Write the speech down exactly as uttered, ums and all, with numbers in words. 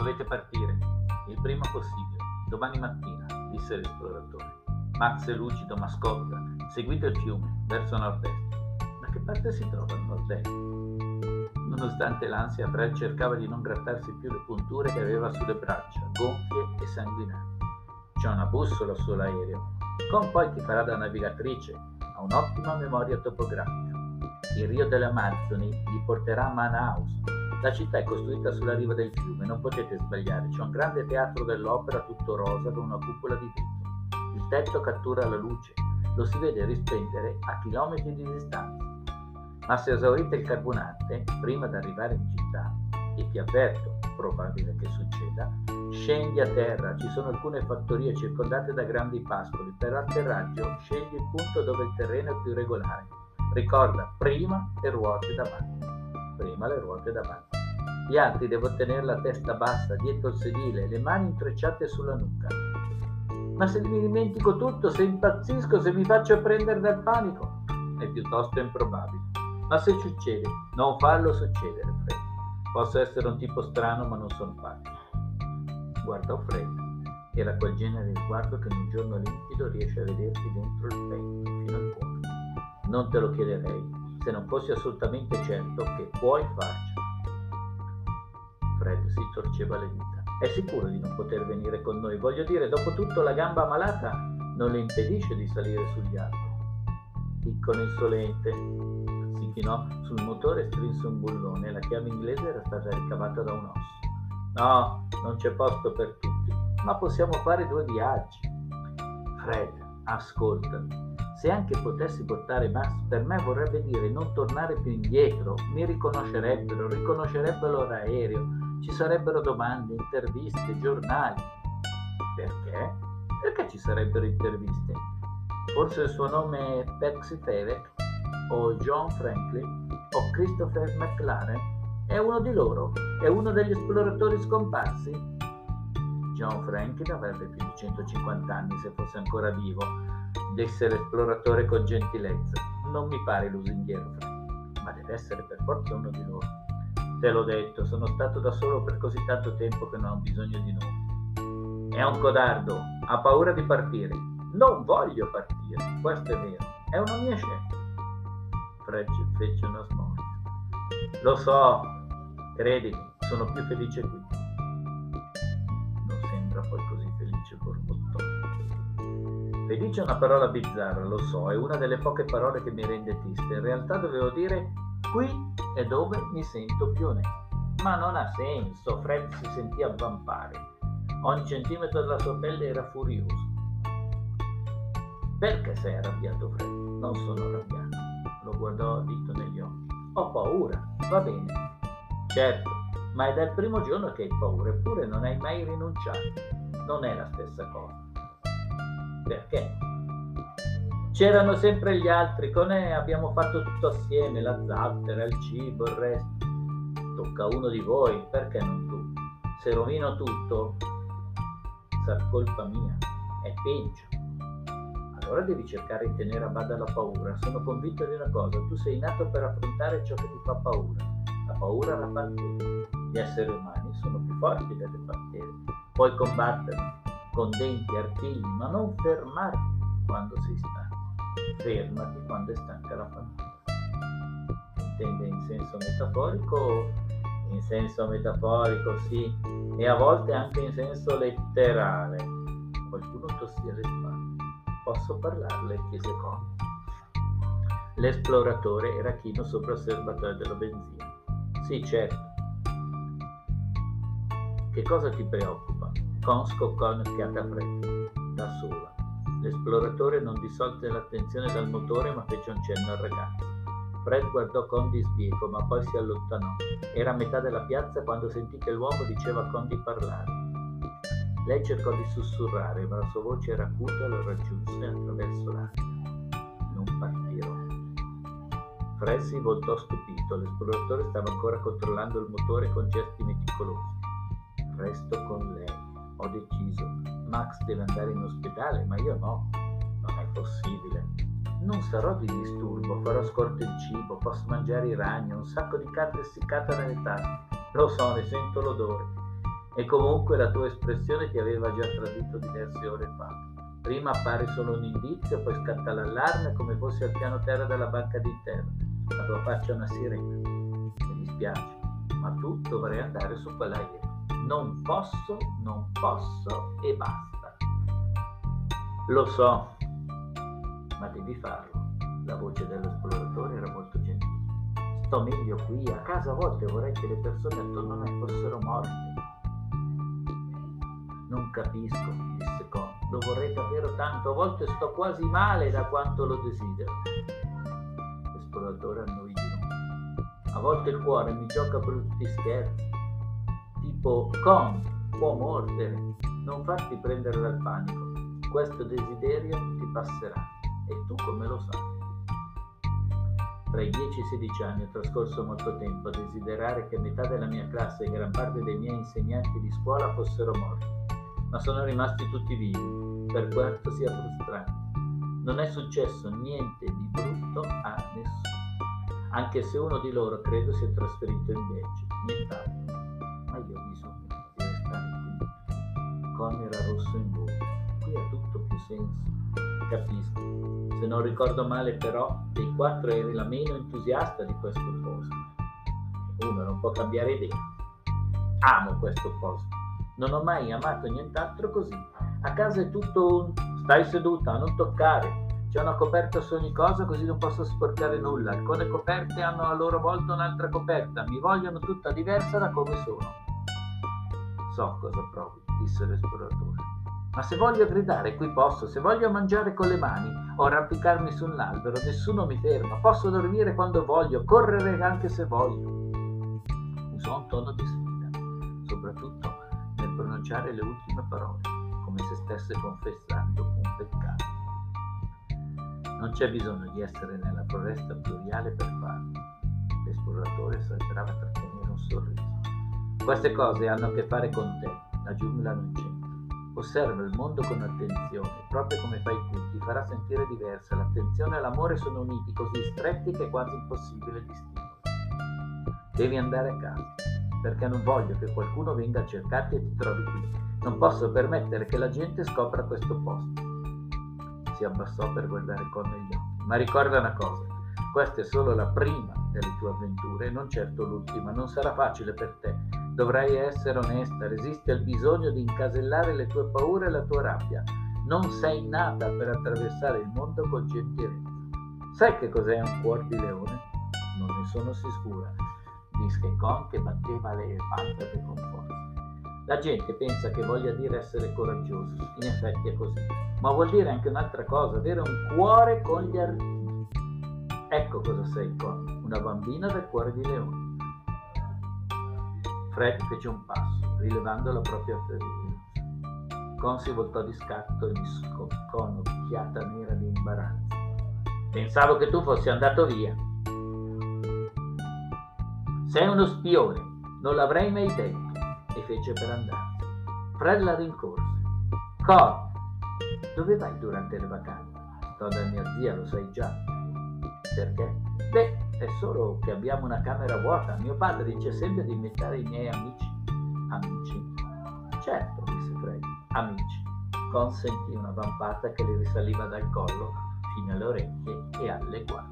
Dovete partire, il prima possibile, domani mattina, disse l'esploratore. Max e lucido ma scotta, seguite il fiume, verso nord-est. Da che parte si trova il nord-est? Nonostante l'ansia, Fred cercava di non grattarsi più le punture che aveva sulle braccia, gonfie e sanguinanti. C'è una bussola sull'aereo. Con poi chi farà da navigatrice ha un'ottima memoria topografica. Il Rio delle Amazzoni li porterà a Manaus. La città è costruita sulla riva del fiume, non potete sbagliare. C'è un grande teatro dell'opera tutto rosa con una cupola di vetro. Il tetto cattura la luce, lo si vede risplendere a chilometri di distanza. Ma se esaurite il carburante, prima di arrivare in città, e ti avverto, probabile che succeda, scendi a terra, ci sono alcune fattorie circondate da grandi pascoli. Per atterraggio scegli il punto dove il terreno è più regolare. Ricorda, prima le ruote davanti. Prima le ruote davanti. Gli altri devono tenere la testa bassa, dietro il sedile, le mani intrecciate sulla nuca. Ma se mi dimentico tutto, se impazzisco, se mi faccio prendere dal panico, è piuttosto improbabile. Ma se succede, non farlo succedere, Fred. Posso essere un tipo strano, ma non sono facile. Guardò Fred. Era quel genere di sguardo che in un giorno limpido riesce a vederti dentro il petto, fino al cuore. Non te lo chiederei se non fossi assolutamente certo che puoi farcela. Fred si torceva le dita. È sicuro di non poter venire con noi? Voglio dire, dopo tutto la gamba malata non le impedisce di salire sugli alberi. Piccolo insolente, si chinò sul motore e strinse un bullone. La chiave inglese era stata ricavata da un osso. No, non c'è posto per tutti, ma possiamo fare due viaggi. Fred, ascolta, se anche potessi portare Max, per me vorrebbe dire non tornare più indietro. Mi riconoscerebbero, riconoscerebbero l'aereo, ci sarebbero domande, interviste, giornali. Perché? Perché ci sarebbero interviste? Forse il suo nome è Percy Favek, o John Franklin, o Christopher McLaren? È uno di loro? È uno degli esploratori scomparsi? John Franklin avrebbe più di centocinquanta anni se fosse ancora vivo, disse l'esploratore con gentilezza. Non mi pare lusinghiero, Fred, ma deve essere per forza uno di loro. Te l'ho detto, sono stato da solo per così tanto tempo che non ho bisogno di nomi. È un codardo, ha paura di partire. Non voglio partire, questo è vero, è una mia scelta. Fred fece una smorfia. Lo so, credimi, sono più felice qui. Non sembra poi così felice, borbottò. Felice è una parola bizzarra, lo so, è una delle poche parole che mi rende triste. In realtà dovevo dire qui è dove mi sento più onesto. Ma non ha senso, Fred si sentì avvampare. Ogni centimetro della sua pelle era furioso. Perché sei arrabbiato, Fred? Non sono arrabbiato. Lo guardò dritto negli occhi. Ho paura, va bene. Certo, ma è dal primo giorno che hai paura, eppure non hai mai rinunciato. Non è la stessa cosa. Perché? C'erano sempre gli altri, con me abbiamo fatto tutto assieme, la zattera, il cibo, il resto. Tocca a uno di voi, perché non tu? Se rovino tutto, sarà colpa mia, è peggio. Allora devi cercare di tenere a bada la paura. Sono convinto di una cosa, tu sei nato per affrontare ciò che ti fa paura. La paura la batteria. Gli esseri umani sono più forti delle batterie. Puoi combatterli con denti, artigli, ma non fermarti quando sei stanco. Fermati quando è stanca la famiglia. Intende in senso metaforico? In senso metaforico, sì, e a volte anche in senso letterale. Qualcuno tossì alle spalle. Posso parlarle? Chiese Con. L'esploratore era chino sopra il serbatoio della benzina. Sì, certo. Che cosa ti preoccupa? Con scoccò un'occhiata fredda, da sola. L'esploratore non dissolse l'attenzione dal motore, ma fece un cenno al ragazzo. Fred guardò Con di sbieco, ma poi si allontanò. Era a metà della piazza quando sentì che l'uomo diceva a Con di parlare. Lei cercò di sussurrare, ma la sua voce era acuta e lo raggiunse attraverso l'aria. Non partirò. Fred si voltò stupito. L'esploratore stava ancora controllando il motore con gesti meticolosi. Resto con lei. Ho deciso. Max deve andare in ospedale, ma io no. Non è possibile. Non sarò di disturbo, farò scorte il cibo, posso mangiare i ragni, un sacco di carne essiccata nelle tasche. Lo so, ne sento l'odore. E comunque la tua espressione ti aveva già tradito diverse ore fa. Prima appare solo un indizio, poi scatta l'allarme come fosse al piano terra della banca d'intero. La tua faccia è una sirena. Mi dispiace, ma tu dovrai andare su quell'aereo. Non posso, non posso e basta. Lo so, ma devi farlo. La voce dell'esploratore era molto gentile. Sto meglio qui, a casa a volte vorrei che le persone attorno a me fossero morte. Non capisco, disse Con, lo vorrei davvero tanto, a volte sto quasi male da quanto lo desidero. L'esploratore annui di nuovo. A volte il cuore mi gioca brutti scherzi, tipo Con, può mordere, non farti prendere dal panico, questo desiderio ti passerà, e tu come lo sai? Tra i dieci e i sedici anni ho trascorso molto tempo a desiderare che metà della mia classe e gran parte dei miei insegnanti di scuola fossero morti, ma sono rimasti tutti vivi, per quanto sia frustrante. Non è successo niente di brutto a nessuno, anche se uno di loro credo si è trasferito in Belgio, nient'altro. Ma io ho bisogno di restare qui. Con era rosso in volto. Qui ha tutto più senso. Capisco. Se non ricordo male però, dei quattro eri la meno entusiasta di questo posto. Uno non può cambiare idea. Amo questo posto. Non ho mai amato nient'altro così. A casa è tutto un stai seduta, non toccare. C'è una coperta su ogni cosa così non posso sporcare nulla. Alcune coperte hanno a loro volta un'altra coperta. Mi vogliono tutta diversa da come sono. So cosa provi, disse l'esploratore. Ma se voglio gridare qui posso, se voglio mangiare con le mani o arrampicarmi su un albero, nessuno mi ferma. Posso dormire quando voglio, correre anche se voglio. Usò un tono di sfida, soprattutto nel pronunciare le ultime parole, come se stesse confessando un peccato. Non c'è bisogno di essere nella foresta pluriale per farlo. L'esploratore sembrava trattenere un sorriso. Queste cose hanno a che fare con te, la giungla non c'entra. Osserva il mondo con attenzione, proprio come fai qui, ti farà sentire diversa. L'attenzione e l'amore sono uniti così stretti che è quasi impossibile distinguerli. Devi andare a casa, perché non voglio che qualcuno venga a cercarti e ti trovi qui. Non posso permettere che la gente scopra questo posto. Si abbassò per guardare Con negli occhi. Ma ricorda una cosa, questa è solo la prima delle tue avventure e non certo l'ultima. Non sarà facile per te. Dovrai essere onesta, resisti al bisogno di incasellare le tue paure e la tua rabbia. Non sei nata per attraversare il mondo con gentilezza. Sai che cos'è un cuor di leone? Non ne sono sicura, disse Con che batteva le palpebre con forza. La gente pensa che voglia dire essere coraggiosi, in effetti è così, ma vuol dire anche un'altra cosa, avere un cuore con gli artigli. Ecco cosa sei, Con, una bambina del cuore di leone. Fred fece un passo, rilevando la propria ferita. Con si voltò di scatto e mi scoccò un'occhiata nera di imbarazzo. Pensavo che tu fossi andato via. Sei uno spione, non l'avrei mai detto, e fece per andare. Fred la rincorse. Con, dove vai durante le vacanze? Sto da mia zia, lo sai già. Perché? Beh, è solo che abbiamo una camera vuota. Mio padre dice sempre di invitare i miei amici. Amici? Certo, disse Fred. Amici. Con sentì una vampata che le risaliva dal collo fino alle orecchie e alle guance.